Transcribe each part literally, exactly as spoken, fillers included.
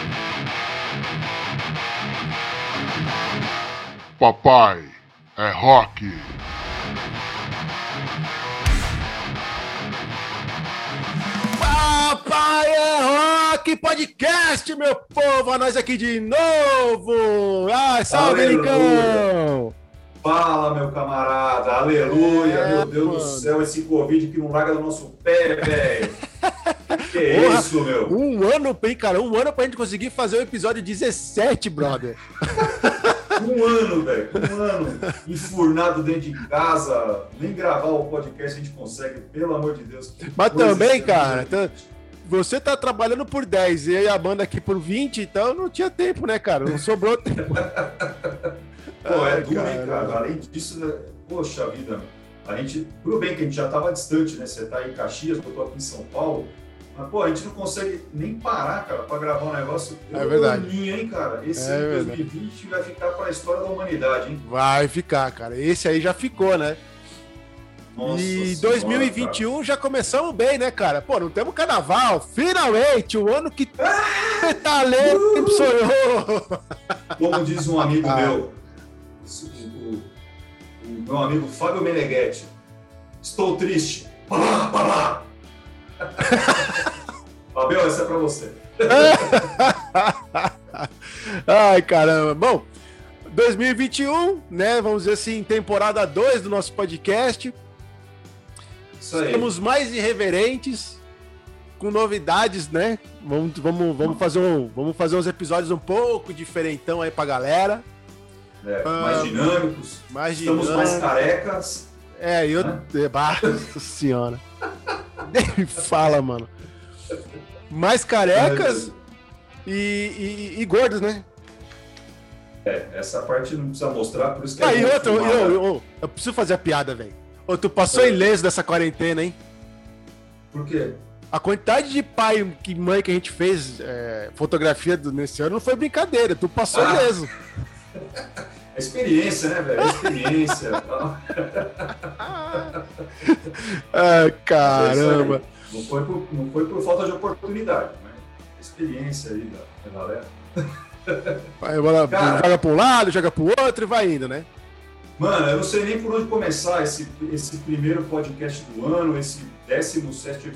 Papai é rock. Papai é rock podcast, meu povo, a nós aqui de novo. Ai, salve, Aleluia. Fala, meu camarada, aleluia, é, meu Deus mano. do céu, esse Covid que não larga do nosso pé, velho. Que é isso, meu? Um ano, hein, cara, um ano pra gente conseguir fazer o episódio dezessete, brother. Um ano, velho, um ano enfurnado dentro de casa, nem gravar o podcast a gente consegue, pelo amor de Deus. Mas também, cara, tá, você tá trabalhando por dez e a banda aqui por vinte, então não tinha tempo, né, cara? Não sobrou tempo. Pô, é duro, hein, cara? Além disso, né? Poxa vida, a gente, tudo bem que a gente já tava distante, né? Você tá aí em Caxias, eu tô aqui em São Paulo, mas, pô, a gente não consegue nem parar, cara, pra gravar um negócio. É verdade. Aninho, hein, cara? Esse é dois mil e vinte vai ficar pra história da humanidade, hein? Vai ficar, cara. Esse aí já ficou, né? Nossa e dois mil e vinte e um cara. Já começamos bem, né, cara? Pô, não temos carnaval. Finalmente, o ano que ah, talento uh! sonhou. Como diz um amigo ah. meu, o, o meu amigo Fábio Meneghetti, estou triste. Pará, pará. Fábio, essa é pra você. Ai, caramba. Bom, dois mil e vinte e um, né? Vamos dizer assim, temporada dois do nosso podcast. Isso aí. Estamos mais irreverentes, com novidades, né? Vamos, vamos, vamos, fazer um, vamos fazer uns episódios um pouco diferentão aí pra galera. É, mais dinâmicos, mais estamos dinâmicos. mais carecas. É, eu... Né? Nossa senhora. Nem fala, mano. Mais carecas e, e, e gordos, né? É, essa parte não precisa mostrar, por isso que ah, é e outra, eu, eu, eu, eu preciso fazer a piada, velho. Ô, tu passou é. ileso dessa quarentena, hein? Por quê? A quantidade de pai e mãe que a gente fez é, fotografia do, nesse ano não foi brincadeira, tu passou ah. ileso. É experiência, né, velho? É experiência. Ai, caramba. Não foi, por, não foi por falta de oportunidade, né? Experiência aí da, da galera. Vai, vai, Cara, joga para um lado, joga para o outro e vai indo, né? Mano, eu não sei nem por onde começar esse, esse primeiro podcast do ano, esse décimo sétimo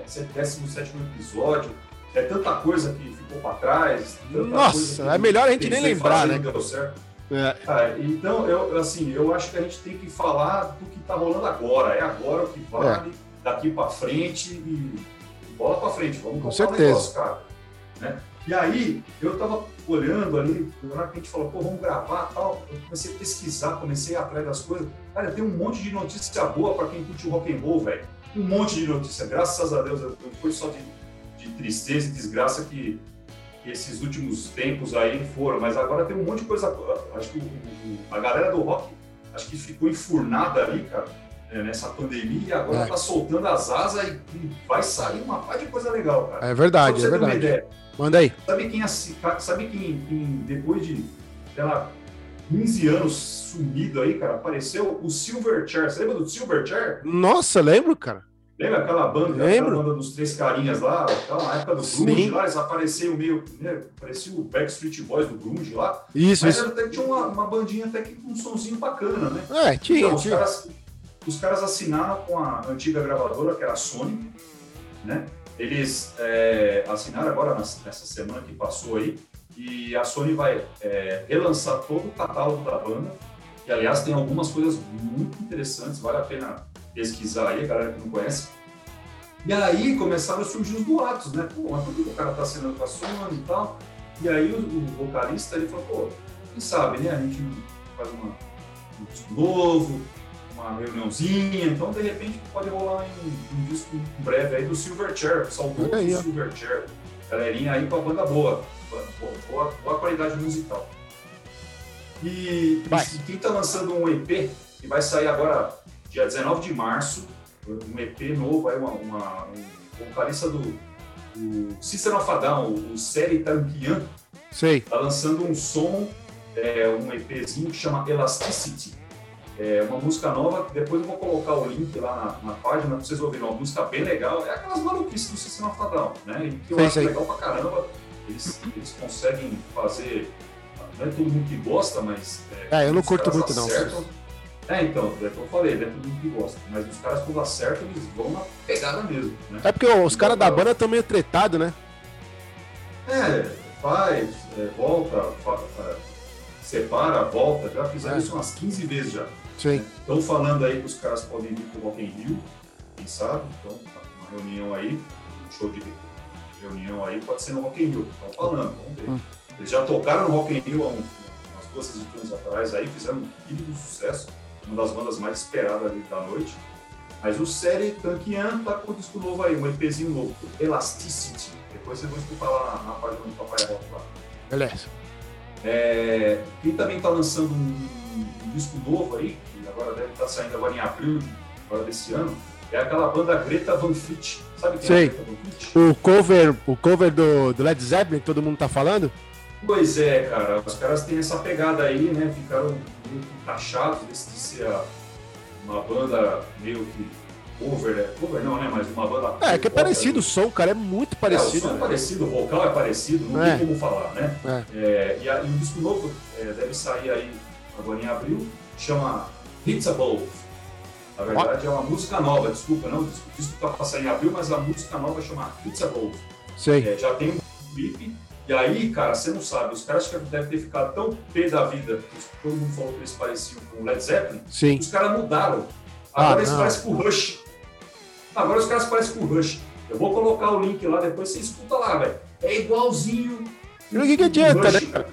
episódio. É tanta coisa que ficou para trás. Nossa, é melhor a gente nem lembrar, né? Não deu certo. É. Ah, então, eu, assim, eu acho que a gente tem que falar do que tá rolando agora. É agora o que vale, é. daqui para frente e bola para frente. Vamos com certeza, o negócio, cara. Né? E aí, eu tava olhando ali, na hora que a gente falou, pô, vamos gravar e tal, eu comecei a pesquisar, comecei a ir atrás das coisas. Cara, tem um monte de notícia boa para quem curte o rock and roll, velho. Um monte de notícia, graças a Deus, não foi só de, de tristeza e desgraça que, que esses últimos tempos aí foram, mas agora tem um monte de coisa. Acho que o, o, a galera do rock, acho que ficou enfurnada ali, cara, nessa pandemia, e agora é. tá soltando as asas e, e vai sair uma par de coisa legal, cara. É verdade, é verdade. Manda aí. Sabe quem, sabe quem, quem depois de, sei lá, quinze anos sumido aí, cara, apareceu o Silverchair. Você lembra do Silverchair? Nossa, lembro, cara. Lembra aquela banda, lembro. aquela banda dos três carinhas lá, aquela, na época do grunge lá, eles apareciam meio, né, parecia o Backstreet Boys do grunge lá. Isso, mas isso. até tinha uma, uma bandinha até que com um sonzinho bacana, né? É, tinha, então, tinha. Os caras, os caras assinaram com a antiga gravadora, que era a Sony, né? Eles é, assinaram agora nessa semana que passou aí, e a Sony vai é, relançar todo o catálogo da banda, que aliás tem algumas coisas muito interessantes, vale a pena pesquisar aí, a galera que não conhece. E aí começaram a surgir os boatos, né? Pô, mas por que o cara tá assinando com a Sony e tal? E aí o, o vocalista, ele falou, pô, quem sabe, né? A gente faz uma, um disco novo, uma reuniãozinha, então de repente pode rolar um, um disco em breve aí do Silverchair, saudoso do Silverchair. Galerinha aí com a banda boa, boa, boa qualidade musical. E, e quem tá lançando um E P, que vai sair agora dia dezenove de março, um E P novo, aí uma, uma, um vocalista do, do System of a Down, o Seri Tankian, tá lançando um som, é, um EPzinho que chama Elasticity. É uma música nova, que depois eu vou colocar o link lá na, na página pra vocês ouvirem, uma música bem legal. É aquelas maluquices do System of a Down, né? E que eu sei, acho sei. legal pra caramba. eles, eles conseguem fazer, não é todo mundo que gosta, mas... É, é eu não curto muito acertam. não. É, então, é o que eu falei, não é todo mundo que gosta, mas os caras quando acertam, eles vão na pegada mesmo, né? É porque os caras da banda estão meio tretados, né? É, faz, é, volta, fa, é, separa, volta, já fizeram É. isso umas quinze vezes já. Sim. Estão falando aí que os caras podem vir pro Rock in Rio, quem sabe, então uma reunião aí, um show de reunião aí, pode ser no Rock in Rio, estão falando, vamos ver. Hum. Eles já tocaram no Rock in Rio há um, umas duas edições atrás aí, fizeram um incrível sucesso, uma das bandas mais esperadas ali da noite. Mas o Série Tanquian tá com o disco novo aí, um EPzinho novo, Elasticity. Depois vocês vão escutar lá na, na página do Papai Rock lá. Beleza. É, quem também tá lançando um, um disco novo aí, que agora deve estar saindo agora em abril agora desse ano, é aquela banda Greta Van Fleet. Sabe quem Sei. é a Greta Van Fleet? O cover, o cover do, do Led Zeppelin, que todo mundo tá falando? Pois é, cara, os caras têm essa pegada aí, né? Ficaram meio que taxados de ser a, uma banda meio que cover, né? Cover não, né? Mas uma banda... É, que é parecido o som, cara, é muito parecido. É, o som é né? parecido, o vocal é parecido, não É. tem como falar, né? É. É, e, a, e o disco novo é, deve sair aí agora em abril, chama Hits Above. Na verdade é uma música nova, desculpa, não, o disco, o disco tá pra sair em abril, mas a música nova chama Hits Above. Sei. É, já tem um clipe, e aí, cara, você não sabe, os caras que devem ter ficado tão pé da vida, que todo mundo falou que eles pareciam com o Led Zeppelin, Sim. os caras mudaram. Agora Ah, eles não. parecem com o Rush. Agora os caras parecem com o Rush. Eu vou colocar o link lá, depois você escuta lá, velho. É igualzinho. E o que, que adianta, Rush, né? cara.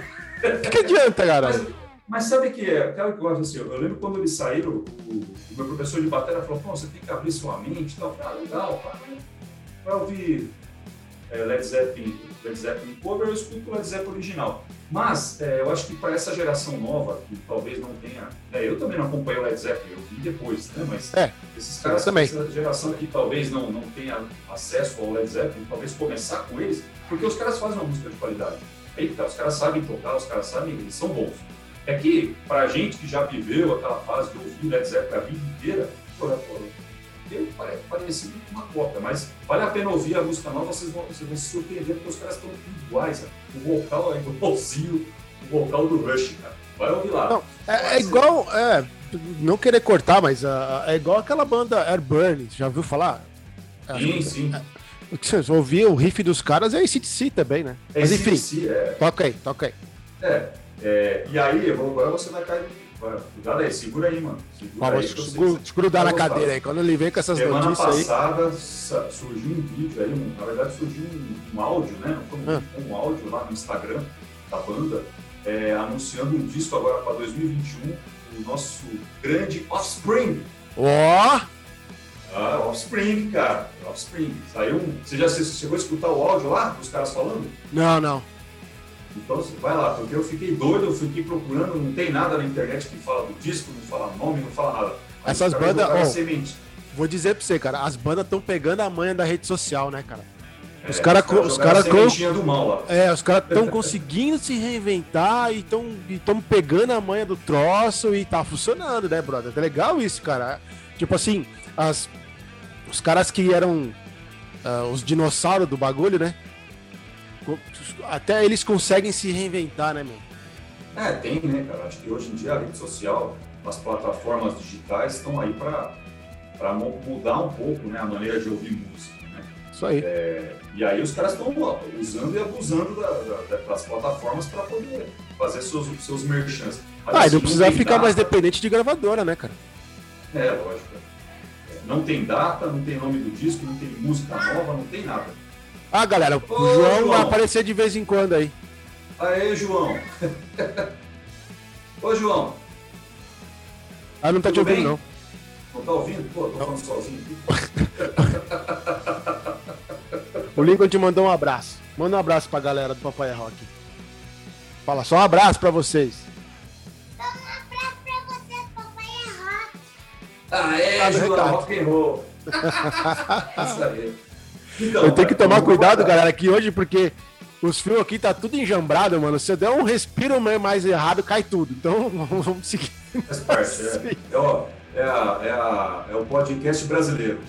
O que, que adianta, cara? Mas, mas sabe o que é? Aquela que eu acho assim, eu lembro quando eles saíram, o, o meu professor de bateria falou, pô, você tem que abrir sua mente e tal. Ah, legal, para, para ouvir é, Led Zeppelin, Led Zeppelin cover, eu escuto o Led Zeppelin original. Mas é, eu acho que para essa geração nova, que talvez não tenha... É, eu também não acompanhei o Led Zeppelin, eu vi depois, né? Mas É, esses caras, também. essa geração que talvez não, não tenha acesso ao Led Zeppelin, talvez começar com eles, porque os caras fazem uma música de qualidade. Aí tá, os caras sabem tocar, os caras sabem, eles são bons. É que, pra gente que já viveu aquela fase de ouvir Led Zeppelin a vida inteira, pô, pô, eu parece parecido com uma cópia, mas vale a pena ouvir a música nova, vocês vão, vocês vão se surpreender, porque os caras estão iguais, cara. O vocal é igualzinho o vocal do Rush, cara. Vai ouvir lá. Não, é, é igual, é, não querer cortar, mas uh, é igual aquela banda Airburn, já ouviu falar? Sim, sim. Você ouvir o riff dos caras é A C D C também, né? É Mas enfim, C D C, é. toca aí, toca aí. É, é, e aí, agora você vai cair. Cuidado aí, segura aí, mano. Segura Ó, vou aí, que você- esgru- esgrudar na vai gostar. cadeira aí. Quando ele vem com essas Semana notícias aí. passada sa- surgiu um vídeo aí, um- na verdade surgiu um, um áudio, né? Não foi um, Ah. vídeo, um áudio lá no Instagram da banda, é, anunciando um disco agora para dois mil e vinte e um, o nosso grande Offspring. Ó! Ah, Offspring, cara. Offspring. Saiu um. Você já se- chegou a escutar o áudio lá, dos caras falando? Não, não. Então você vai lá, porque eu fiquei doido, eu fiquei procurando, não tem nada na internet que fala do disco, não fala nome, não fala nada. Mas Essas os caras bandas, jogaram ó, a semente. Vou dizer pra você, cara, as bandas estão pegando a manha da rede social, né, cara? Os É, caras os caras os jogaram cara a sementinha do mal lá. É, os caras estão conseguindo se reinventar e estão pegando a manha do troço e tá funcionando, né, brother? É legal isso, cara. Tipo assim, as, os caras que eram ah, os dinossauros do bagulho, né? Até eles conseguem se reinventar, né, meu? É, tem, né, cara? Acho que hoje em dia a rede social, as plataformas digitais estão aí para mudar um pouco, né, a maneira de ouvir música, né? Isso aí. É, e aí os caras estão usando e abusando da, da, das plataformas para poder fazer seus, seus merchants. Mas, Ah, e assim, não precisa tem ficar data. mais dependente de gravadora, né, cara? É, lógico. É, não tem data, não tem nome do disco, não tem música nova, não tem nada. Ah, galera, o Ô, João João. vai aparecer de vez em quando aí. Aê, João! Ô, João! Ah, não tá te Tudo ouvindo, bem? não. Não tá ouvindo? Pô, tô falando sozinho aqui. O Lincoln te mandou um abraço. Manda um abraço pra galera do Papai Rock. Fala só um abraço pra vocês. Aê, Ah, do João, recado. rock and roll! Isso aí. Então, Eu tenho que cara, tomar vamos cuidado, guardar. galera, aqui hoje, porque os fios aqui tá tudo enjambrado, mano. Se eu der um respiro mais errado, cai tudo. Então, vamos seguir. Faz parte, é. É, ó, É, a, é, a, é o podcast brasileiro.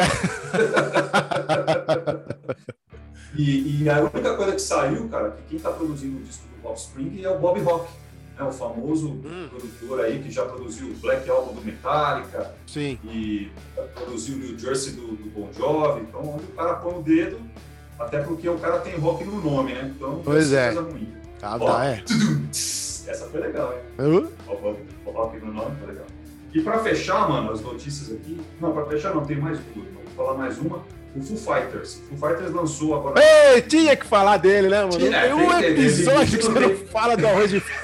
e, e a única coisa que saiu, cara, que quem está produzindo o disco do Offspring é o Bob Rock, né, o famoso hum. produtor aí que já produziu o Black Album do Metallica. Sim. E produziu o New Jersey do, do Bon Jovi. Então, onde o cara põe o dedo, até porque o cara tem rock no nome, né? Então, pois é. Coisa ruim. Ah, ó, dá, é. Essa foi legal, hein? Uh? O rock no nome foi legal. E pra fechar, mano, as notícias aqui... Não, pra fechar não, tem mais duas. Vou falar mais uma. O Foo Fighters. O Foo Fighters lançou agora... Ei, tinha que falar dele, né, mano? Tinha, tem um tem, episódio tem, que você tem. não fala do arroz de...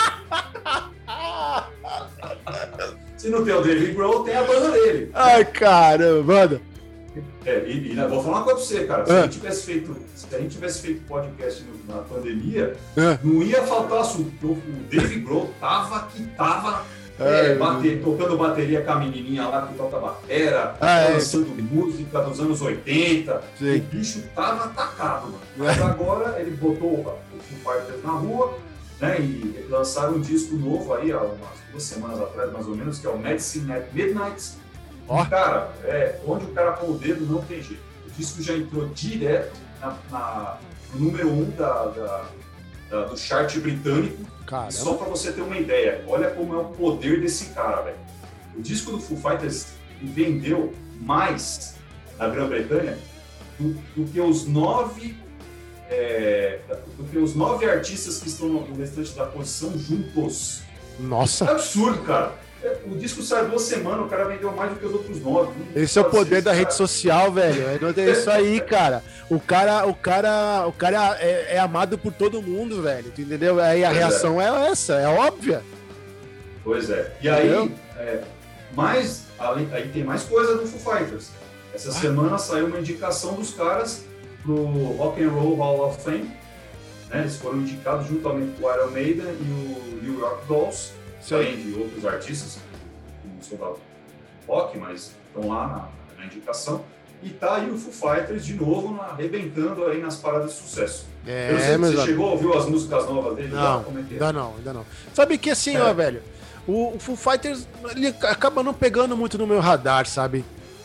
Se não tem o Dave Grohl, tem a banda dele. Ai, caramba, manda. É, e, e vou falar uma coisa pra você, cara. Se, é. a, gente tivesse feito, se a gente tivesse feito podcast no, na pandemia, é. não ia faltar assunto. O Dave Grohl tava que tava é, bater, tocando bateria com a menininha lá que toca batera, ah, lançando é. música dos anos oitenta. Sim. O bicho tava atacado, mano. Mas agora ele botou o Foo Fighters na rua, né, e lançaram um disco novo aí, há umas duas semanas atrás, mais ou menos, que é o Medicine at Midnight. Oh. E, cara, é, onde o cara põe o dedo não tem jeito. O disco já entrou direto na, na, no número um da, da, da, do chart britânico. Caramba. Só pra você ter uma ideia, olha como é o poder desse cara, velho. O disco do Foo Fighters vendeu mais na Grã-Bretanha do, do que os nove é, do que os nove artistas que estão no restante da posição juntos. Nossa! É absurdo, cara. O disco saiu duas semanas, o cara vendeu mais do que os outros nove. Esse é o poder da rede social, velho. É isso aí, cara. O cara, o cara, o cara é, é amado por todo mundo, velho. Entendeu? Aí a pois reação é. é essa, é óbvia. Pois é. E aí, é, mais, aí tem mais coisa do Foo Fighters. Essa ah. semana saiu uma indicação dos caras pro Rock and Roll Hall of Fame. Né? Eles foram indicados juntamente com o Iron Maiden e o New York Dolls. Além de outros artistas que não são da rock, mas estão lá na, na indicação. E tá aí o Foo Fighters de novo na, arrebentando aí nas paradas de sucesso. É, Eu sei, você chegou a ouvir as músicas novas dele? Não, já, ainda não, ainda não. Sabe que assim, é. ó, velho, o, o Foo Fighters ele acaba não pegando muito no meu radar, sabe?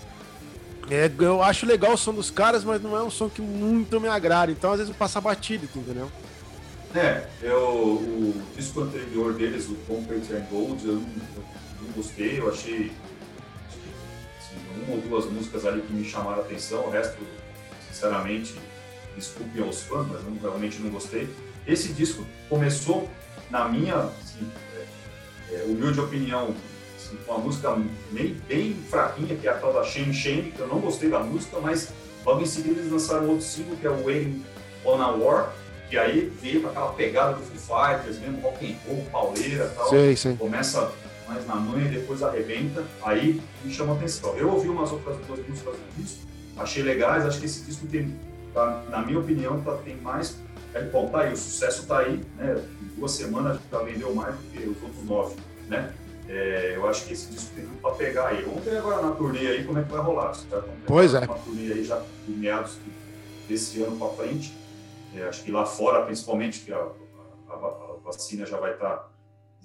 É, eu acho legal o som dos caras, mas não é um som que muito me agrada. Então, às vezes, eu passo batido, entendeu? É, eu, o disco anterior deles, o Concrete and Gold, eu não, eu não gostei, eu achei assim, uma ou duas músicas ali que me chamaram a atenção, o resto, sinceramente, desculpem aos fãs, mas eu realmente não gostei. Esse disco começou, na minha assim, é, é, humilde opinião, assim, com uma música bem, bem fraquinha, que é a tal da Shame Shame, que eu não gostei da música, mas logo em seguida eles lançaram outro single, que é o Waiting on a War, que aí veio com aquela pegada do Foo Fighters, mesmo rock and roll, pauleira e tal. Sim, sim. Começa mais na manha e depois arrebenta, aí me chama a atenção. Eu ouvi umas outras duas músicas do disco, achei legais, acho que esse disco tem, tá, na minha opinião, tá, tem mais... É, bom, tá aí, o sucesso tá aí, né? Em duas semanas já vendeu mais do que os outros nove, né? É, eu acho que esse disco tem tudo pra pegar aí. Vamos ver agora na turnê aí como é que vai rolar. Tá? Pois é. Uma turnê aí já de meados desse ano pra frente. É, acho que lá fora, principalmente, que a, a, a vacina já vai estar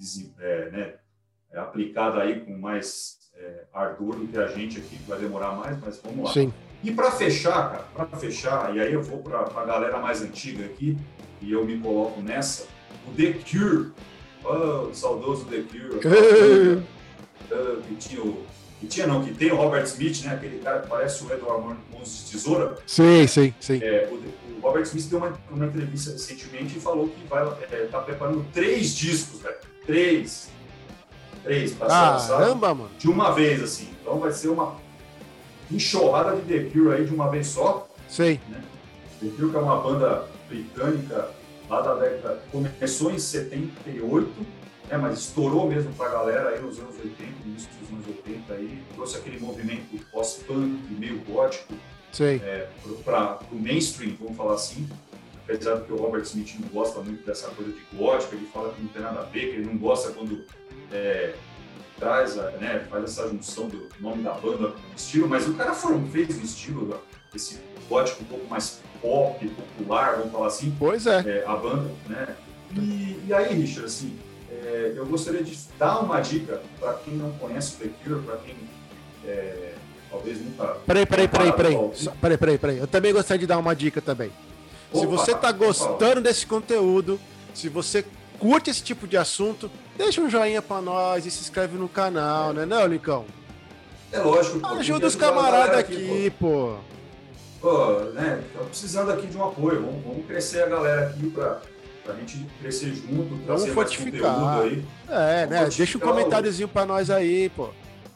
é, né, é, aplicada aí com mais é, ardor do que a gente aqui, que vai demorar mais, mas vamos lá. Sim. E para fechar, cara, para fechar, e aí eu vou para a galera mais antiga aqui, e eu me coloco nessa, o The Cure, oh, o saudoso The Cure, uh, que tinha o... Que tinha não, que tem o Robert Smith, né, aquele cara que parece o Edward Mãos de Tesoura. Sim, sim, sim. É, o, o Robert Smith deu uma, uma entrevista recentemente e falou que vai é, tá preparando três discos, velho. Três. Três pra ser Caramba, mano. De uma vez, assim. Então vai ser uma enxurrada de The Cure aí de uma vez só. Sim. Né? The Cure, que é uma banda britânica lá da década... Começou em setenta e oito, né, mas estourou mesmo pra galera aí nos anos oitenta, no início dos anos oitenta aí, trouxe aquele movimento pós-punk, meio gótico, é, para o mainstream, vamos falar assim, apesar de que o Robert Smith não gosta muito dessa coisa de gótico, ele fala que não tem nada a ver, que ele não gosta quando é, traz, a, né, faz essa junção do nome da banda com o estilo, mas o cara foi, fez o estilo, esse gótico um pouco mais pop, popular, vamos falar assim, pois é. é a banda, né, e, e aí, Richard, assim, É, é, eu gostaria de dar uma dica para quem não conhece o The Cure, para quem é, talvez nunca... Peraí, peraí, peraí, peraí. Só- Peraí, peraí, peraí. Eu também gostaria de dar uma dica também. Se Opa, você tá opa. gostando desse conteúdo, se você curte esse tipo de assunto, deixa um joinha pra nós e se inscreve no canal, né, não, Licão? É lógico. pô, tem Ajuda que os ajudar a camaradas galera aqui, pô. Pô, Pô, né? Estamos precisando aqui de um apoio. Vamos, vamos crescer a galera aqui para a gente crescer junto, Vamos trazer mais fortificar. conteúdo aí. É, Vamos né? fortificar Deixa um comentáriozinho pra nós aí, pô.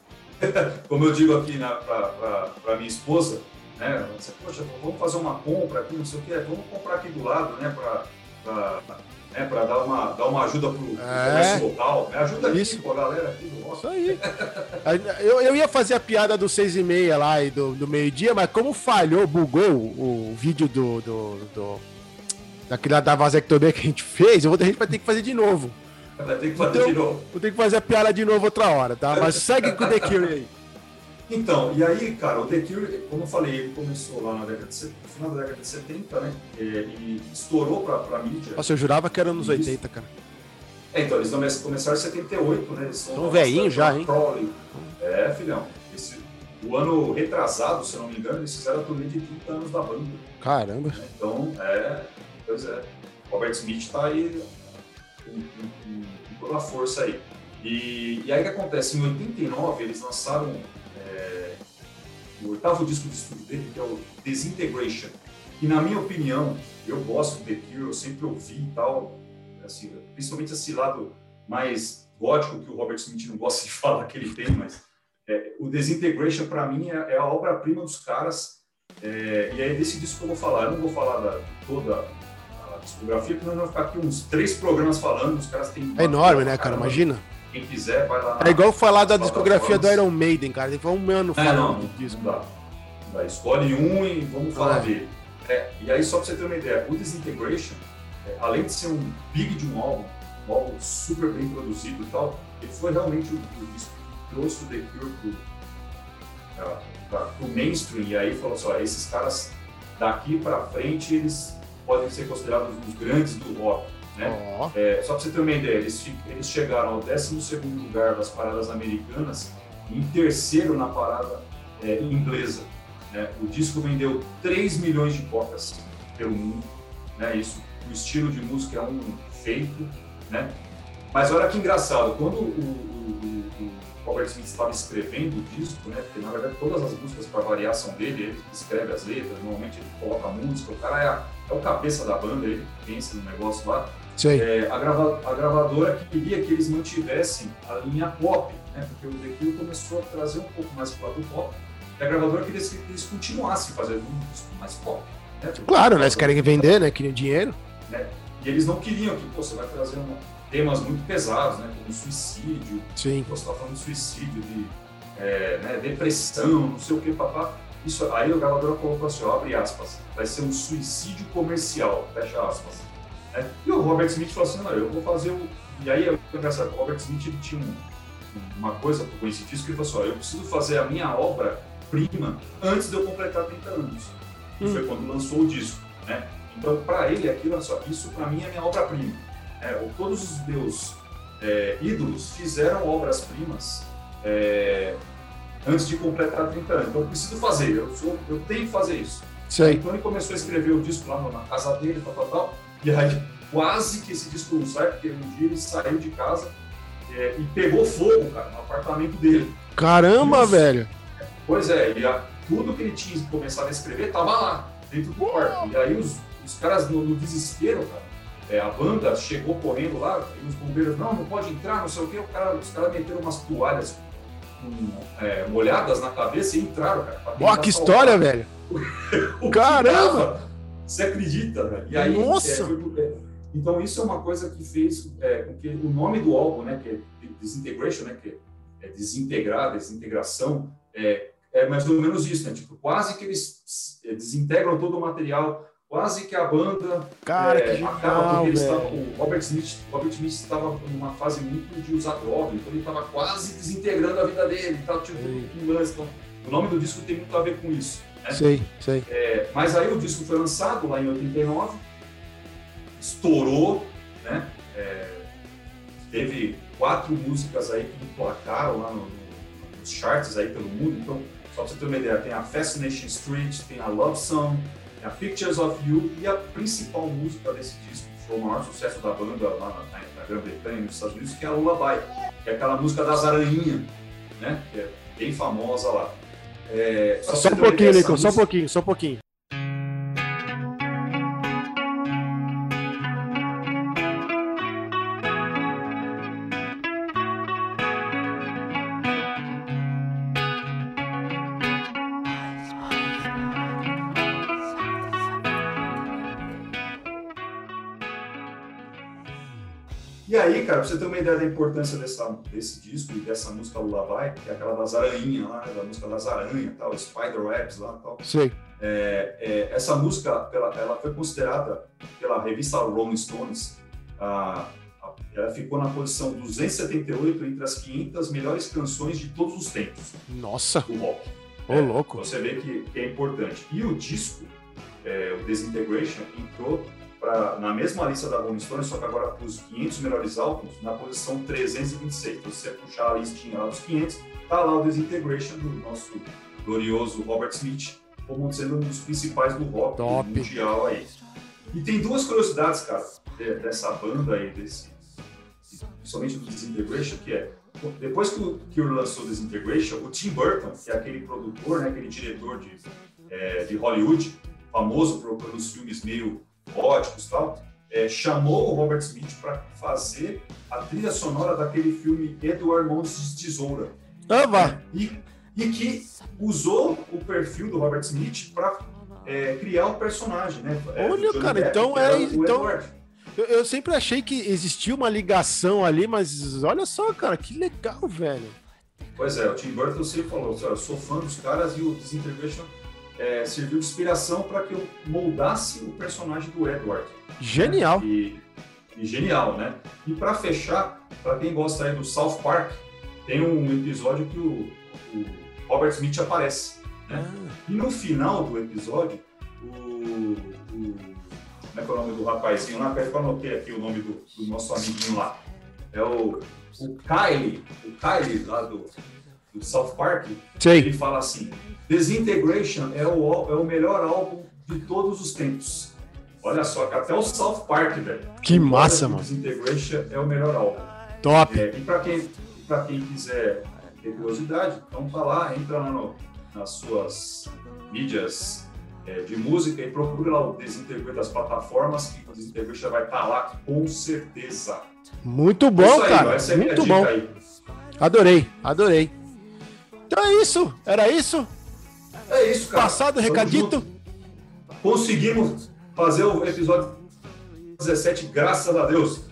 Como eu digo aqui para minha esposa, né? Você, poxa, vamos fazer uma compra aqui, não sei o que, vamos comprar aqui do lado, né? Para né, para dar uma, dar uma ajuda pro, pro É. comércio local. Me ajuda aqui, Isso. pô, a galera aqui do nosso. Isso aí. Eu, eu ia fazer a piada do seis e meia lá e do, do meio-dia, mas como falhou, bugou o, o vídeo do, do, do daquela da vasectomia que a gente fez, eu vou, a gente vai ter que fazer de novo. Vai ter que fazer Então, de novo. Vou ter que fazer a piada de novo outra hora, tá? Mas segue com o The Cure aí. Então, e aí, cara, o The Cure, como eu falei, ele começou lá na década de setenta, no final da década de setenta, né? É, e estourou pra, pra mídia. Nossa, eu jurava que era nos Isso. oitenta, cara. É, então, eles come- começaram em setenta e oito, né? Eles são Tão da velhinho bastante já, hein? Crowley. É, filhão. Esse, o ano retrasado, se eu não me engano, eles fizeram a turnê de trinta anos da banda. Caramba. Né? Então, é, pois é. Robert Smith tá aí com, com- com- com toda a força aí. E, e aí o que acontece? Em oitenta e nove, eles lançaram é, o oitavo disco de estúdio dele, que é o Disintegration. E na minha opinião, eu gosto do The Cure, eu sempre ouvi e tal, assim, principalmente esse lado mais gótico que o Robert Smith não gosta de falar que ele tem, mas é, o Disintegration para mim é, é a obra-prima dos caras. É, e aí desse disco que eu vou falar, eu não vou falar da toda a discografia, porque nós vamos ficar aqui uns três programas falando, os caras têm... É enorme, né, cara? Imagina. Quem quiser, vai lá na... É igual falar da nas discografia do plataformas. Iron Maiden, cara. Tem que falar um ano É, não, falando não, do disco. não dá. Não dá. Escolhe um e vamos falar É. dele. É, e aí, só pra você ter uma ideia, o Disintegration, é, além de ser um big de um álbum, um álbum super bem produzido e tal, ele foi realmente o, o disco que trouxe o The Cure pro, pra, pra, pro mainstream, e aí falou só, esses caras daqui pra frente, eles podem ser considerados os grandes do rock, né? Ó. É, só para você ter uma ideia, eles, fi- eles chegaram ao décimo segundo lugar das paradas americanas e em terceiro na parada é, inglesa. Né? O disco vendeu três milhões de cópias pelo mundo. Né? Isso, o estilo de música é um feito. Né? Mas olha que engraçado, quando o, o- o- o Robert Smith estava escrevendo o disco, né? Porque na verdade todas as músicas para variação dele, ele que escreve as letras, normalmente ele coloca a música, o cara é, a- é o cabeça da banda, ele que pensa no negócio lá. Sei. É, a, grava- a gravadora queria que eles mantivessem a linha pop, né? Porque o The Cure começou a trazer um pouco mais para o lado pop, e a gravadora queria que eles continuassem fazendo um disco mais pop. Né? Porque- Claro, né? Eles querem vender, né? Querem dinheiro. né? E eles não queriam que, pô, você vai trazer uma- temas muito pesados, né? Como suicídio, Sim. pô, você tá falando de suicídio, de é, né, depressão, não sei o que, papá. Isso, aí a gravadora colocou assim, ó, abre aspas, vai ser um suicídio comercial, fecha aspas. Né? E o Robert Smith falou assim, não, eu vou fazer o... E aí, é engraçado, o Robert Smith ele tinha um, uma coisa com esse disco, que ele falou assim, ó, eu preciso fazer a minha obra-prima antes de eu completar trinta anos. E Hum. foi quando lançou o disco, né? Então, para ele, aquilo, olha só, isso para mim é minha obra-prima. Né? Todos os meus é, ídolos fizeram obras-primas é, antes de completar trinta anos. Então, eu preciso fazer, eu, sou, eu tenho que fazer isso. Sei. Então, ele começou a escrever o disco lá na casa dele, tal, tal, tal. E aí, quase que esse disco não sai, porque um dia ele saiu de casa é, e pegou fogo, cara, no apartamento dele. Caramba, Isso. velho. Pois é, e a, tudo que ele tinha começado a escrever estava lá, dentro do quarto. E aí, os, os caras, no, no desespero, cara, é, a banda chegou correndo lá, e os bombeiros, não, não pode entrar, não sei o quê. O cara, os caras meteram umas toalhas com, é, molhadas na cabeça e entraram, cara. pra Ó, tentar que salvar história, velho. o que Caramba! dava. Você acredita, né? E aí, Nossa! é, foi- é, então isso é uma coisa que fez é, com que o nome do álbum, né, que é Disintegration, né, que é desintegrar, desintegração, é, é mais ou menos isso, né? Tipo, quase que eles é, desintegram todo o material, quase que a banda Cara, é, que acaba genial, porque eles velho. estavam, o Robert Smith, Robert Smith estava numa fase muito de usar droga, então ele estava quase desintegrando a vida dele, tá, tipo, Sei. um lance. Então, o nome do disco tem muito a ver com isso. Né? Sei, sei. É, mas aí o disco foi lançado lá em oitenta e nove, estourou, né? É, teve quatro músicas aí que emplacaram lá no, nos charts aí pelo mundo. Então, só pra você ter uma ideia, tem a Fascination Street, tem a Love Song, tem a Pictures of You e a principal música desse disco, que foi o maior sucesso da banda lá na, na Grã-Bretanha, nos Estados Unidos, que é a Lullaby, que é aquela música das aranhinhas, né? Que é bem famosa lá. É, só, só um pouquinho, Lincoln, música... só um pouquinho, só um pouquinho. E aí, cara, pra você ter uma ideia da importância dessa, desse disco e dessa música Lullaby, que é aquela das aranhas lá, né, da música das aranhas e tal, Spiderwebs lá e tal. Sim. É, é, essa música, ela, ela foi considerada pela revista Rolling Stones, a, a, ela ficou na posição duzentos e setenta e oito entre as quinhentas melhores canções de todos os tempos. Nossa! Do rock. Ô, é, louco! Você vê que, que é importante. E o disco, é, o Disintegration, entrou Pra, na mesma lista da Rolling Stones, só que agora para os quinhentos melhores álbuns, na posição trezentos e vinte e seis. Então, se você puxar a listinha lá dos quinhentos, tá lá o Disintegration do nosso glorioso Robert Smith, como sendo um dos principais do rock Top. mundial aí. E tem duas curiosidades, cara, dessa banda aí, desse, principalmente do Disintegration, que é, depois que o Cure lançou o Disintegration, o Tim Burton, que é aquele produtor, né, aquele diretor de, é, de Hollywood, famoso por, pelos filmes meio góticos e tal, é, chamou o Robert Smith para fazer a trilha sonora daquele filme Edward Mãos de Tesoura. Ah, vá. É, e, e que usou o perfil do Robert Smith para é, criar o um personagem, né? Olha, cara, Depp, então é... Então, eu, eu sempre achei que existia uma ligação ali, mas olha só, cara, que legal, velho. Pois é, o Tim Burton sempre falou, eu sou fã dos caras e o Disintegration É, serviu de inspiração para que eu moldasse o personagem do Edward. Genial! Né? E, e genial, né? E para fechar, para quem gosta aí do South Park, tem um episódio que o, o Robert Smith aparece. Né? Ah. E no final do episódio, o, o, como é que é o nome do rapazinho lá? Eu anotei aqui o nome do, do nosso amiguinho lá. É o, o Kyle, o Kyle lá do, do South Park. Sim. Ele fala assim: Disintegration é o, é o melhor álbum de todos os tempos. Olha só, até o South Park, velho. Que massa, mano. Disintegration é o melhor álbum. Top. É, e para quem, pra quem quiser ter curiosidade, então tá lá, entra lá no, nas suas mídias é, de música e procura lá o Disintegration das plataformas, que o Disintegration vai estar tá lá com certeza. Muito bom, aí, cara. Essa é muito bom. Aí. Adorei, adorei. Então é isso, era isso. É isso, cara. Passado o recadito. Conseguimos fazer o episódio dezessete, graças a Deus.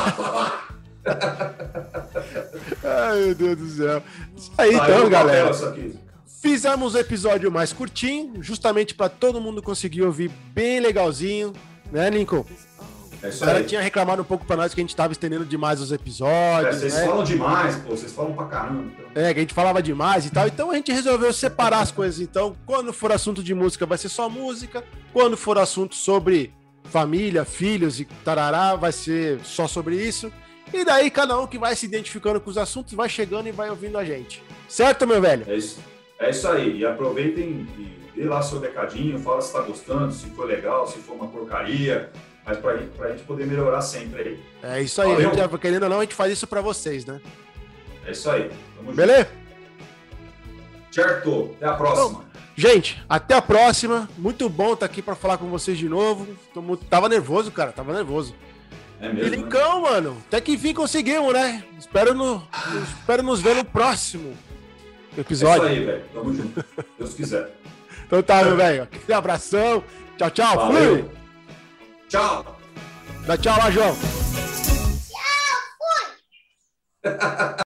Ai, meu Deus do céu. Isso aí, então, galera. Isso aqui. Fizemos o episódio mais curtinho, justamente para todo mundo conseguir ouvir bem legalzinho, né, Lincoln? É isso a galera aí. tinha reclamado um pouco pra nós que a gente tava estendendo demais os episódios. É, vocês né? falam demais, pô, vocês falam pra caramba. Então. É, que a gente falava demais e tal. Então a gente resolveu separar as coisas. Então, quando for assunto de música, vai ser só música. Quando for assunto sobre família, filhos e tarará, vai ser só sobre isso. E daí, cada um que vai se identificando com os assuntos, vai chegando e vai ouvindo a gente. Certo, meu velho? É isso, é isso aí. E aproveitem e dê lá seu recadinho, fala se tá gostando, se foi legal, se foi uma porcaria. Mas pra, pra gente poder melhorar sempre aí. É isso aí, a gente, querendo ou não, a gente faz isso pra vocês, né? É isso aí. Tamo Beleza? Junto. Certo. Até a próxima. Bom, gente, até a próxima. Muito bom estar aqui pra falar com vocês de novo. Tô muito... Tava nervoso, cara. Tava nervoso. É mesmo, e Lincão, né? Mano, até que enfim conseguimos, né? Espero, no... Espero nos ver no próximo episódio. É isso aí, velho. Tamo junto. Deus quiser. Então tá, meu velho. Aquele abração. Tchau, tchau. Valeu. Fui. Tchau. Dá tchau lá, João. Tchau, fui.